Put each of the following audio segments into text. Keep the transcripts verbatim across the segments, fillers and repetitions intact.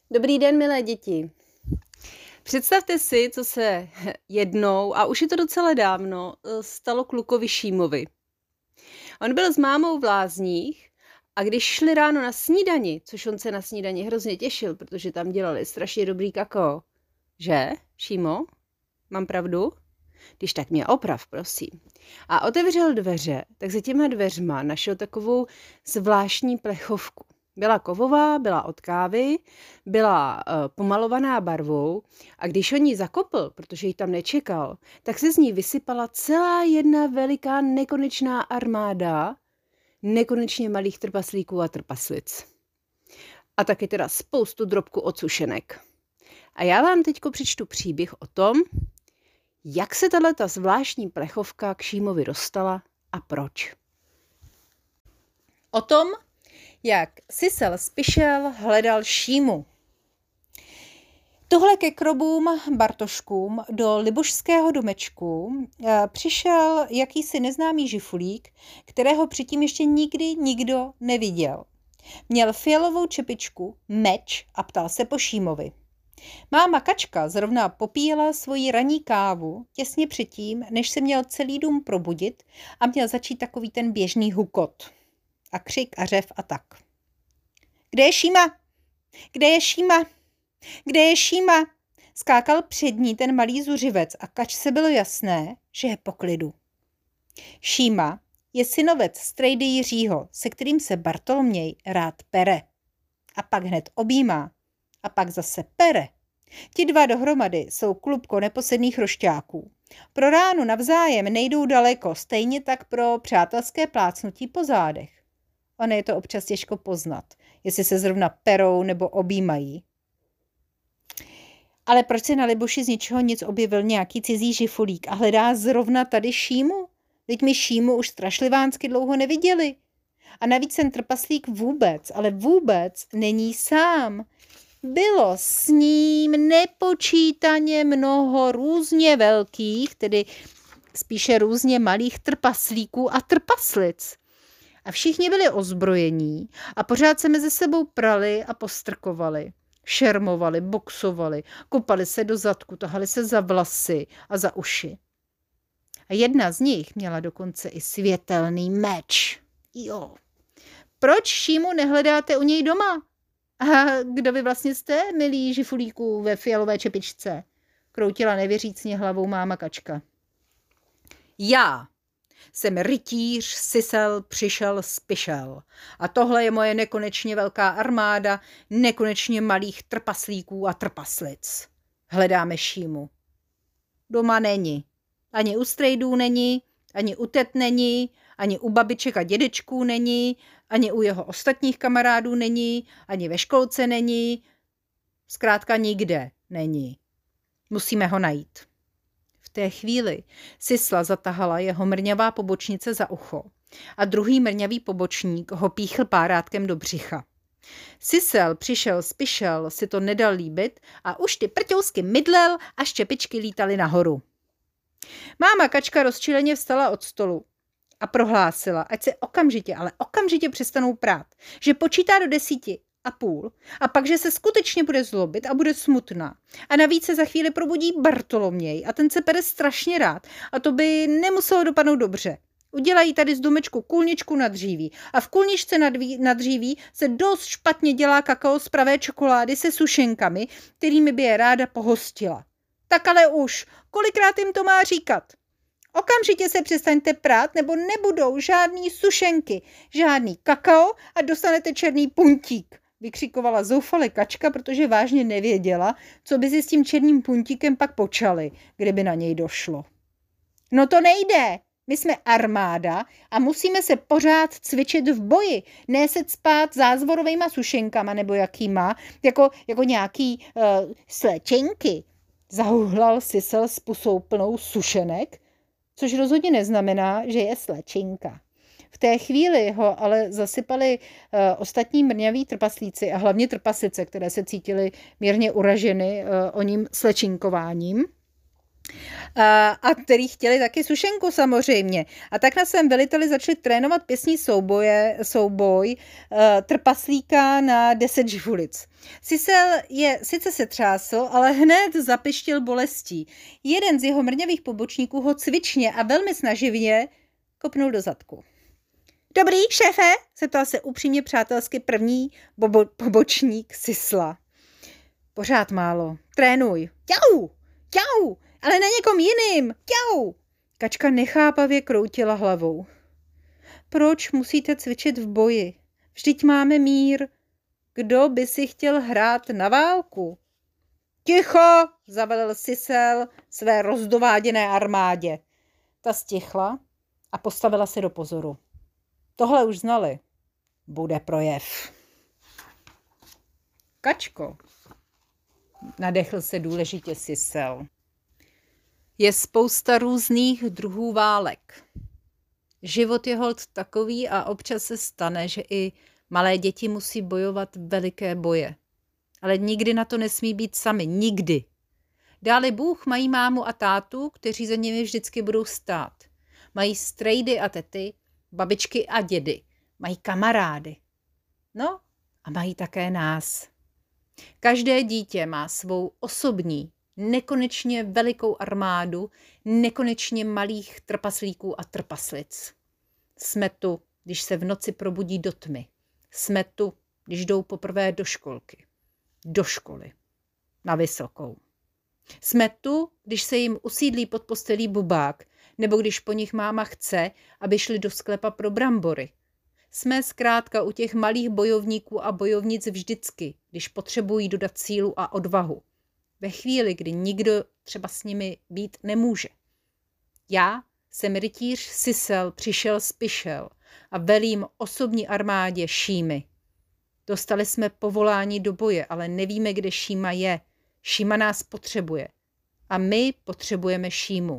Dobrý den, milé děti. Představte si, co se jednou, a už je to docela dávno, stalo klukovi Šímovi. On byl s mámou v Lázních a když šli ráno na snídani, což on se na snídani hrozně těšil, protože tam dělali strašně dobrý kakao. Že, Šímo? Mám pravdu? Když tak mě oprav, prosím. A otevřel dveře, tak za těma dveřma našel takovou zvláštní plechovku. Byla kovová, byla od kávy, byla uh, pomalovaná barvou a když on ji zakopl, protože ji tam nečekal, tak se z ní vysypala celá jedna veliká nekonečná armáda nekonečně malých trpaslíků a trpaslic. A taky teda spoustu drobku od sušenek. A já vám teďko přečtu příběh o tom, jak se tato zvláštní plechovka k Šímovi dostala a proč. O tom, jak Sisel Spišel hledal Šímu. Tohle ke krobům Bartoškům do libošského domečku přišel jakýsi neznámý žifulík, kterého předtím ještě nikdy nikdo neviděl. Měl fialovou čepičku, meč a ptal se po Šímovi. Máma Kačka zrovna popíjela svoji ranní kávu těsně předtím, než se měl celý dům probudit a měl začít takový ten běžný hukot. A křik a řev a tak. Kde je Šíma? Kde je Šíma? Kde je Šíma? Skákal před ní ten malý zuřivec a Kačce bylo jasné, že je po klidu. Šíma je synovec strejdy Jiřího, se kterým se Bartoloměj rád pere. A pak hned objímá. A pak zase pere. Ti dva dohromady jsou klubko neposedných rošťáků. Pro ránu navzájem nejdou daleko, stejně tak pro přátelské plácnutí po zádech. Ono je to občas těžko poznat, jestli se zrovna perou nebo objímají. Ale proč se na Libuši z ničeho nic objevil nějaký cizí žifulík a hledá zrovna tady Šímu? Teď mi Šímu už strašlivánsky dlouho neviděli. A navíc ten trpaslík vůbec, ale vůbec není sám. Bylo s ním nepočítaně mnoho různě velkých, tedy spíše různě malých trpaslíků a trpaslic. A všichni byli ozbrojení a pořád se mezi sebou prali a postrkovali. Šermovali, boxovali, kopali se do zadku, tahali se za vlasy a za uši. A jedna z nich měla dokonce i světelný meč. Jo. Proč Šímu nehledáte u něj doma? A kdo vy vlastně jste, milí žifulíků ve fialové čepičce? Kroutila nevěřícně hlavou máma Kačka. Já jsem rytíř Sisel Přišel Spišel. A tohle je moje nekonečně velká armáda nekonečně malých trpaslíků a trpaslic. Hledáme Šímu. Doma není. Ani u strejdů není, ani u tet není, ani u babiček a dědečků není, ani u jeho ostatních kamarádů není, ani ve školce není. Zkrátka nikde není. Musíme ho najít. V té chvíli Sisla zatahala jeho mrňavá pobočnice za ucho a druhý mrňavý pobočník ho píchl párátkem do břicha. Sisel Přišel Spišel si to nedal líbit a už ty prťousky mydlel a štěpičky lítaly nahoru. Máma Kačka rozčileně vstala od stolu a prohlásila, ať se okamžitě, ale okamžitě přestanou prát, že počítá do desíti a půl a pak, že se skutečně bude zlobit a bude smutná. A navíc se za chvíli probudí Bartoloměj a ten se pere strašně rád a to by nemuselo dopadnout dobře. Udělají tady z domečku kůlničku na dříví a v kůlničce na, dví, na dříví se dost špatně dělá kakao z pravé čokolády se sušenkami, kterými by je ráda pohostila. Tak ale už, kolikrát jim to má říkat? Okamžitě se přestaňte prát, nebo nebudou žádný sušenky, žádný kakao a dostanete černý puntík, vykřikovala zoufale Kačka, protože vážně nevěděla, co by si s tím černým puntíkem pak počali, kdyby na něj došlo. No to nejde, my jsme armáda a musíme se pořád cvičit v boji, ne se cpát zázvorovejma sušenkama nebo jakýma, jako, jako nějaký uh, slečenky. Zahuhlal Sisel s pusou plnou sušenek, což rozhodně neznamená, že je slečinka. V té chvíli ho ale zasypali uh, ostatní mrňaví trpaslíci a hlavně trpaslice, které se cítily mírně uraženy uh, o ním slečinkováním. A, a který chtěli taky sušenku samozřejmě. A tak na svém veliteli začali trénovat pěsní souboje, souboj uh, trpaslíka na deset živulic. Sisel je sice se třásl, ale hned zapištil bolestí. Jeden z jeho mrňavých pobočníků ho cvičně a velmi snaživě kopnul do zadku. Dobrý, šéfe, zeptal se upřímně přátelsky první bobo- pobočník Sisla. Pořád málo. Trénuj. Jau, jau, ale na někom jiným. Jau. Kačka nechápavě kroutila hlavou. Proč musíte cvičit v boji? Vždyť máme mír. Kdo by si chtěl hrát na válku? Ticho, zavelel Sisel své rozdováděné armádě. Ta stichla a postavila se do pozoru. Tohle už znali. Bude projev. Kačko, nadechl se důležitě Sisel. Je spousta různých druhů válek. Život je holt takový a občas se stane, že i malé děti musí bojovat veliké boje. Ale nikdy na to nesmí být sami. Nikdy. Dále Bůh mají mámu a tátu, kteří za nimi vždycky budou stát. Mají strejdy a tety, babičky a dědy. Mají kamarády. No a mají také nás. Každé dítě má svou osobní, nekonečně velikou armádu, nekonečně malých trpaslíků a trpaslic. Jsme tu, když se v noci probudí do tmy. Jsme tu, když jdou poprvé do školky. Do školy. Na vysokou. Jsme tu, když se jim usídlí pod postelí bubák, nebo když po nich máma chce, aby šli do sklepa pro brambory. Jsme zkrátka u těch malých bojovníků a bojovnic vždycky, když potřebují dodat sílu a odvahu. Ve chvíli, kdy nikdo třeba s nimi být nemůže. Já jsem rytíř Sisel přišel spišel a velím osobní armádě Šímy. Dostali jsme povolání do boje, ale nevíme, kde Šíma je. Šíma nás potřebuje. A my potřebujeme Šímu.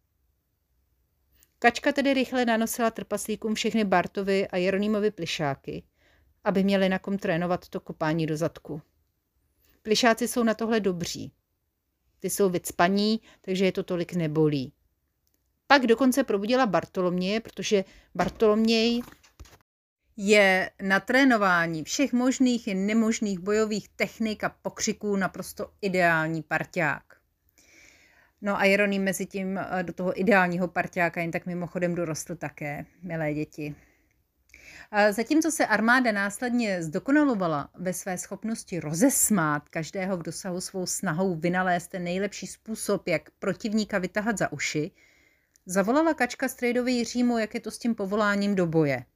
Kačka tedy rychle nanosila trpaslíkům všechny Bartovi a Jeronýmovi plišáky, aby měli na kom trénovat to kopání do zadku. Plišáci jsou na tohle dobří. Ty jsou vycpaní, takže je to tolik nebolí. Pak dokonce probudila Bartoloměje, protože Bartoloměj je na trénování všech možných i nemožných bojových technik a pokřiků naprosto ideální parťák. No a Jeroným mezi tím do toho ideálního parťáka jen tak mimochodem dorostl také, milé děti. A zatímco se armáda následně zdokonalovala ve své schopnosti rozesmát každého v dosahu svou snahou vynalézt ten nejlepší způsob, jak protivníka vytahat za uši, zavolala Kačka strejdovi Jiřímu, jak je to s tím povoláním do boje.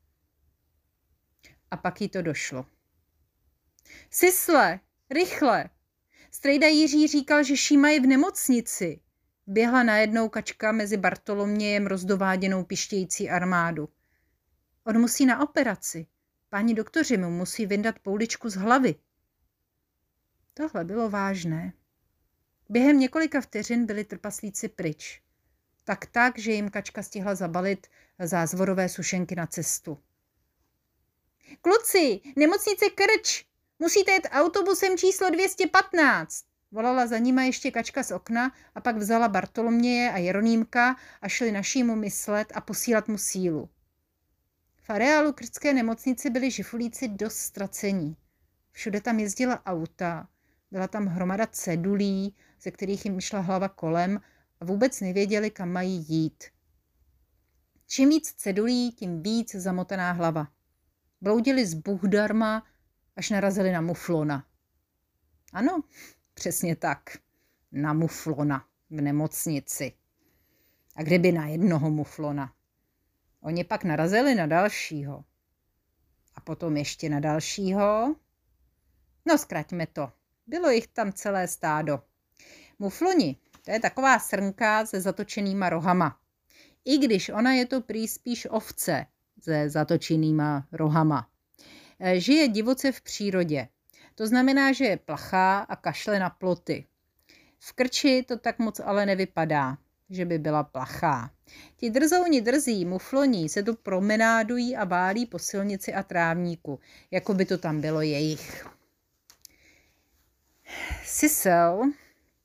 A pak jí to došlo. Sisle, rychle! Strejda Jiří říkal, že Šíma je v nemocnici. Běhla najednou Kačka mezi Bartolomějem rozdováděnou pištějící armádu. On musí na operaci. Páni doktoři mu musí vyndat pouličku z hlavy. Tohle bylo vážné. Během několika vteřin byli trpaslíci pryč. Tak tak, že jim Kačka stihla zabalit zázvorové sušenky na cestu. Kluci, nemocnice Krč! Musíte jet autobusem číslo dvě stě patnáct, volala za nima ještě Kačka z okna a pak vzala Bartoloměje a Jeronýmka a šli na Šímu myslet a posílat mu sílu. V areálu krčské nemocnice byli žifulíci dost ztracení. Všude tam jezdila auta, byla tam hromada cedulí, ze kterých jim šla hlava kolem a vůbec nevěděli, kam mají jít. Čím víc cedulí, tím víc zamotaná hlava. Bloudili z buhdarma, až narazili na muflona. Ano, přesně tak. Na muflona v nemocnici. A kdyby na jednoho muflona. Oni pak narazili na dalšího. A potom ještě na dalšího. No, zkraťme to. Bylo jich tam celé stádo. Mufloni, to je taková srnka se zatočenýma rohama. I když ona je to prý spíš ovce se zatočenýma rohama. Žije divoce v přírodě. To znamená, že je plachá a kašle na ploty. V Krči to tak moc ale nevypadá, že by byla plachá. Ti drzouni drzí mufloní se tu promenádují a válí po silnici a trávníku, jako by to tam bylo jejich. Sisel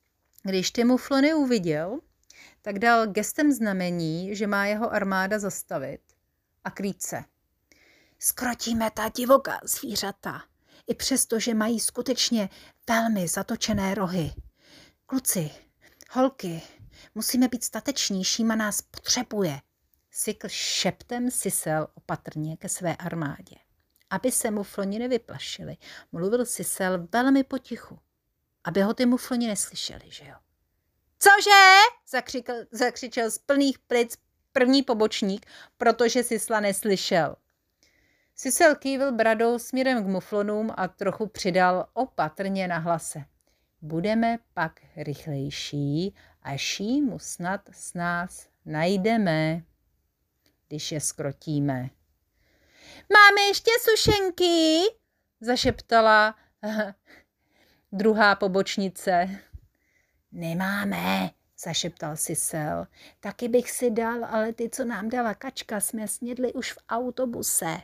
Když ty muflony uviděl, tak dal gestem znamení, že má jeho armáda zastavit a krýt se. Skrotíme ta divoká zvířata, i přesto, že mají skutečně velmi zatočené rohy. Kluci, holky, musíme být stateční, Šíma nás potřebuje. Sykl šeptem Sisel opatrně ke své armádě. Aby se mufloni nevyplašili, mluvil Sisel velmi potichu, aby ho ty mufloni neslyšeli, že jo. Cože? Zakřikl, zakřičel z plných plic první pobočník, protože Sisla neslyšel. Sisel kývil bradou směrem k muflonům a trochu přidal opatrně na hlase. Budeme pak rychlejší a Šímu snad s nás najdeme, když je skrotíme. Máme ještě sušenky, zašeptala druhá pobočnice. Nemáme, zašeptal Sisel. Taky bych si dal, ale ty, co nám dala Kačka, jsme snědli už v autobuse.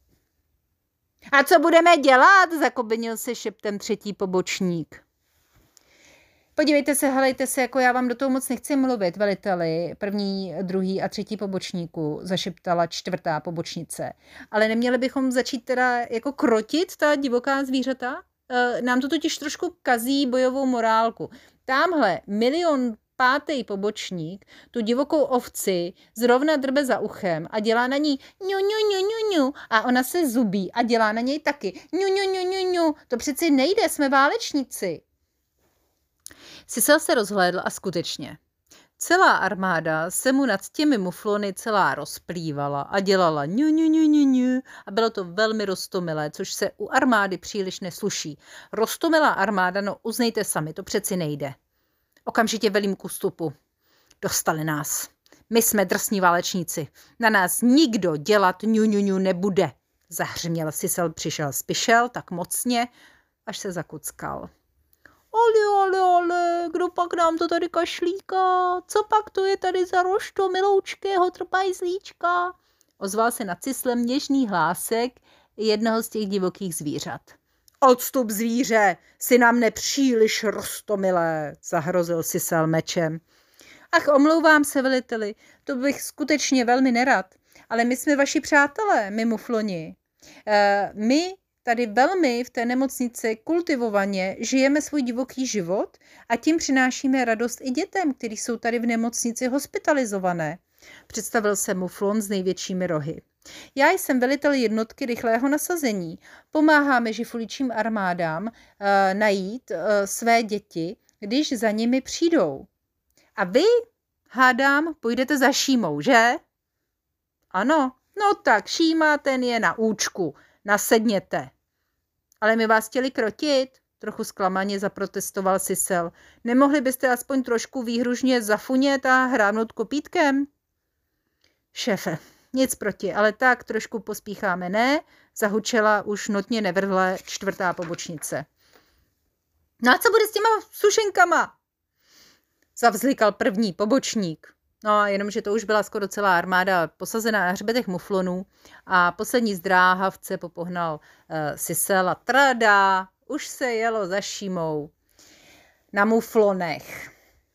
A co budeme dělat? Zakobinil se šeptem třetí pobočník. Podívejte se, helejte se, jako já vám do toho moc nechci mluvit, veliteli, první, druhý a třetí pobočníku, zašeptala čtvrtá pobočnice. Ale neměli bychom začít teda jako krotit ta divoká zvířata? E, nám to totiž trošku kazí bojovou morálku. Támhle milion pátý pobočník tu divokou ovci zrovna drbe za uchem a dělá na ní ňu, ňu, ňu, ňu, ňu a ona se zubí a dělá na něj taky ňu, ňu, ňu, ňu, ňu. To přeci nejde, jsme válečníci. Sisel se rozhlédl a skutečně. Celá armáda se mu nad těmi muflony celá rozplývala a dělala ňu, ňu, ňu, ňu, ňu a bylo to velmi roztomilé, což se u armády příliš nesluší. Roztomilá armáda, no uznejte sami, to přeci nejde. Okamžitě velím k ústupu. Dostali nás. My jsme drsní válečníci. Na nás nikdo dělat ňu, ňu, ňu nebude. Zahřměl Sisel, přišel spišel tak mocně, až se zakuckal. Ale, ale, ale, kdo pak nám to tady kašlíká? Co pak to je tady za rošto miloučkého trpajzlíčka? Ozval se nad Sislem něžný hlásek jednoho z těch divokých zvířat. Odstup, zvíře, si nám nepříliš roztomilé, zahrozil Sisel mečem. Ach, omlouvám se, veliteli, to bych skutečně velmi nerad, ale my jsme vaši přátelé, my mufloni. E, my tady velmi v té nemocnici kultivovaně žijeme svůj divoký život a tím přinášíme radost i dětem, kteří jsou tady v nemocnici hospitalizované. Představil se muflon s největšími rohy. Já jsem velitel jednotky rychlého nasazení. Pomáháme žifuličím armádám e, najít e, své děti, když za nimi přijdou. A vy, hádám, půjdete za Šímou, že? Ano, no tak Šíma, ten je na účku, nasedněte. Ale my vás chtěli krotit, trochu zklamaně zaprotestoval Sisel. Nemohli byste aspoň trošku výhružně zafunět a hrábnout kopítkem? Šéfe, nic proti, ale tak trošku pospícháme, ne? Zahučela už notně nevrhle čtvrtá pobočnice. No a co bude s těma sušenkama? Zavzlikal první pobočník. No a jenomže to už byla skoro celá armáda posazená na hřbetech muflonů a poslední zdráhavce popohnal uh, Sisel a trada, už se jelo za Šímou na muflonech.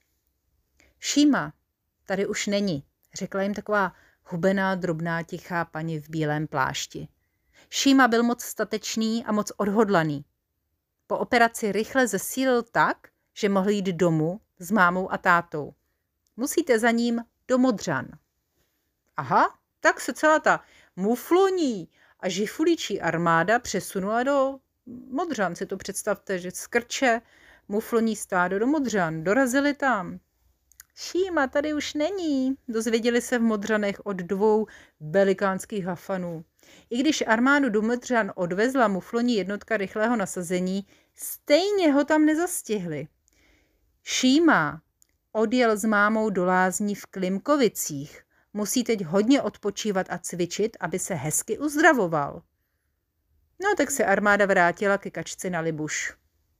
Šíma tady už není, řekla jim taková hubená, drobná, tichá paní v bílém plášti. Šíma byl moc statečný a moc odhodlaný. Po operaci rychle zesílil tak, že mohl jít domů s mámou a tátou. Musíte za ním do Modřan. Aha, tak se celá ta mufloní a žifuličí armáda přesunula do Modřan. Si to představte, že skrče mufloní stádo do Modřan. Dorazili tam. Šíma tady už není, dozvěděli se v Modřanech od dvou velikánských hafanů. I když armádu do Modřan odvezla mufloní jednotka rychlého nasazení, stejně ho tam nezastihli. Šíma odjel s mámou do lázní v Klimkovicích. Musí teď hodně odpočívat a cvičit, aby se hezky uzdravoval. No tak se armáda vrátila ke Kačce na Libuš.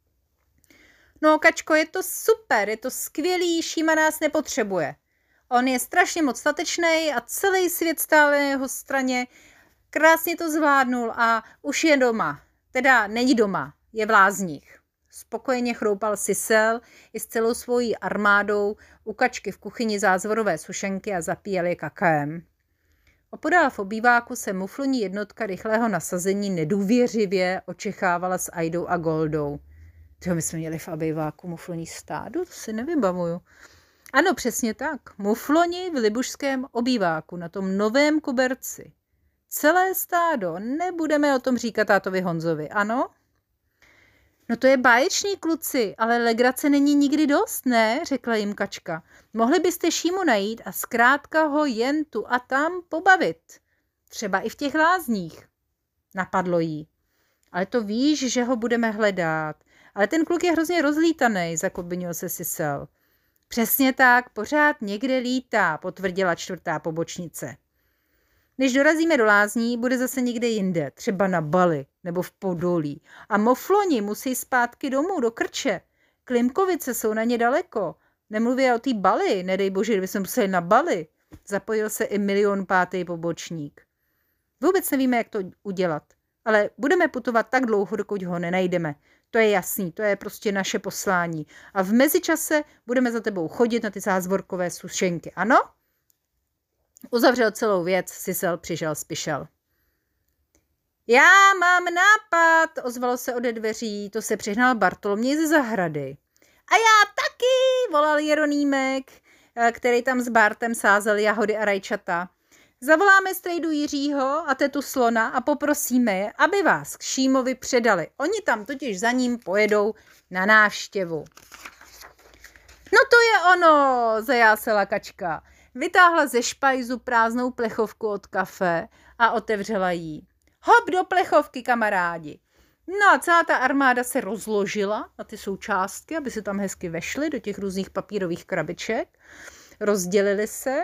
No, Kačko, je to super, je to skvělý, Šíma nás nepotřebuje. On je strašně moc statečný a celý svět stále na jeho straně. Krásně to zvládnul a už je doma. Teda není doma, je v lázních. Spokojeně chroupal Sisel i s celou svojí armádou u Kačky v kuchyni zázvorové sušenky a zapíjeli kakaem. Opodál v obýváku se mufloní jednotka rychlého nasazení nedůvěřivě očekávala s Aidou a Goldou. Tyjo, my jsme měli v obýváku mufloní stádo, to si nevybavuju. Ano, přesně tak. Mufloni v libušském obýváku na tom novém koberci. Celé stádo, nebudeme o tom říkat tátovi Honzovi, ano? No to je báječný, kluci, ale legrace není nikdy dost, ne? Řekla jim Kačka. Mohli byste Šímu najít a zkrátka ho jen tu a tam pobavit. Třeba i v těch lázních. Napadlo jí. Ale to víš, že ho budeme hledat. Ale ten kluk je hrozně rozlítaný, zakobinil se Sisel. Přesně tak, pořád někde lítá, potvrdila čtvrtá pobočnice. Než dorazíme do lázní, bude zase někde jinde, třeba na Bali nebo v Podolí. A mofloni musí zpátky domů do Krče. Klimkovice jsou na ně daleko. Nemluvě o té Bali, nedej bože, kdyby jsme museli na Bali. Zapojil se i milion pátý pobočník. Vůbec nevíme, jak to udělat, ale budeme putovat tak dlouho, dokud ho nenajdeme. To je jasný, to je prostě naše poslání. A v mezičase budeme za tebou chodit na ty zázvorkové sušenky, ano? Uzavřel celou věc, Sisel přišel spišel. Já mám nápad, ozvalo se ode dveří, to se přihnal Bartoloměj ze zahrady. A já taky, volal Jeronýmek, který tam s Bartem sázel jahody a rajčata. Zavoláme strejdu Jiřího a tetu Slona a poprosíme je, aby vás k Šímovi předali. Oni tam totiž za ním pojedou na návštěvu. No to je ono, zajásela Kačka. Vytáhla ze špajzu prázdnou plechovku od kafe a otevřela jí. Hop do plechovky, kamarádi. No a celá ta armáda se rozložila na ty součástky, aby se tam hezky vešly do těch různých papírových krabiček. Rozdělili se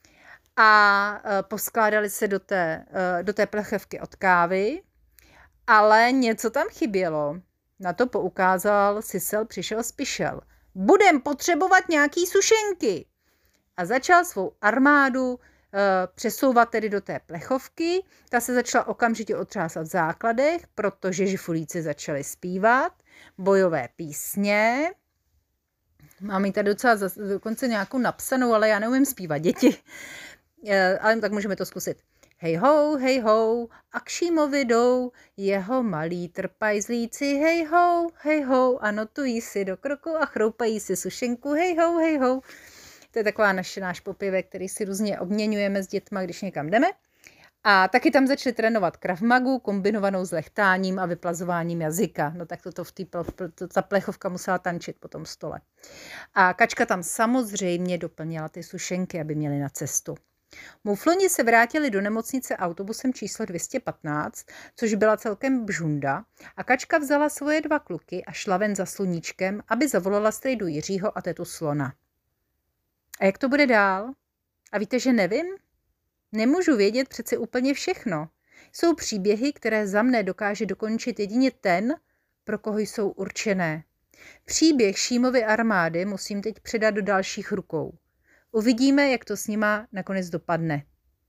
a poskládali se do té, do té plechovky od kávy, ale něco tam chybělo. Na to poukázal Sisel, přišel spišel. Budem potřebovat nějaký sušenky. A začal svou armádu uh, přesouvat tedy do té plechovky. Ta se začala okamžitě otřásat v základech, protože žifulíci začali zpívat bojové písně. Mám ji tady docela zas, dokonce nějakou napsanou, ale já neumím zpívat, děti. Uh, ale tak můžeme to zkusit. Hej ho, hej ho, a k Šímovi jdou jeho malí trpajzlíci, hej ho, hej ho, a notují si do kroku a chroupají si sušenku, hej ho, hej ho. To je taková naše, náš popěvek, který si různě obměňujeme s dětma, když někam jdeme. A taky tam začali trénovat Krav Magu, kombinovanou s lechtáním a vyplazováním jazyka. No tak toto v té, ta plechovka musela tančit po tom stole. A Kačka tam samozřejmě doplnila ty sušenky, aby měli na cestu. Mufloni se vrátili do nemocnice autobusem číslo dvě stě patnáct, což byla celkem bžunda, a Kačka vzala svoje dva kluky a šla ven za sluníčkem, aby zavolala strejdu Jiřího a tetu Slona. A jak to bude dál? A víte, že nevím? Nemůžu vědět přece úplně všechno. Jsou příběhy, které za mne dokáže dokončit jedině ten, pro koho jsou určené. Příběh Šímovy armády musím teď předat do dalších rukou. Uvidíme, jak to s nima nakonec dopadne.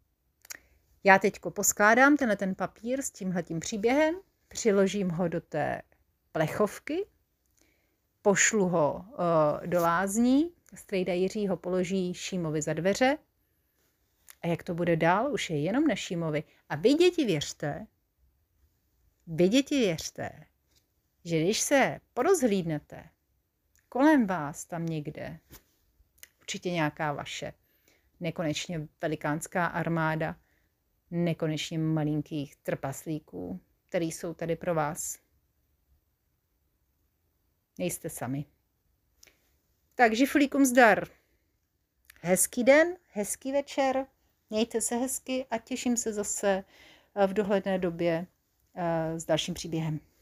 Já teďko poskládám tenhle ten papír s tímhletím příběhem, přiložím ho do té plechovky, pošlu ho uh, do lázní, strejda Jiří ho položí Šímovi za dveře a jak to bude dál, už je jenom na Šímovi. A vy, děti, věřte, vy, děti, věřte, že když se porozhlídnete kolem vás tam někde, určitě nějaká vaše nekonečně velikánská armáda nekonečně malinkých trpaslíků, který jsou tady pro vás. Nejste sami. Tak žiflíkům zdar. Hezký den, hezký večer, mějte se hezky a těším se zase v dohledné době s dalším příběhem.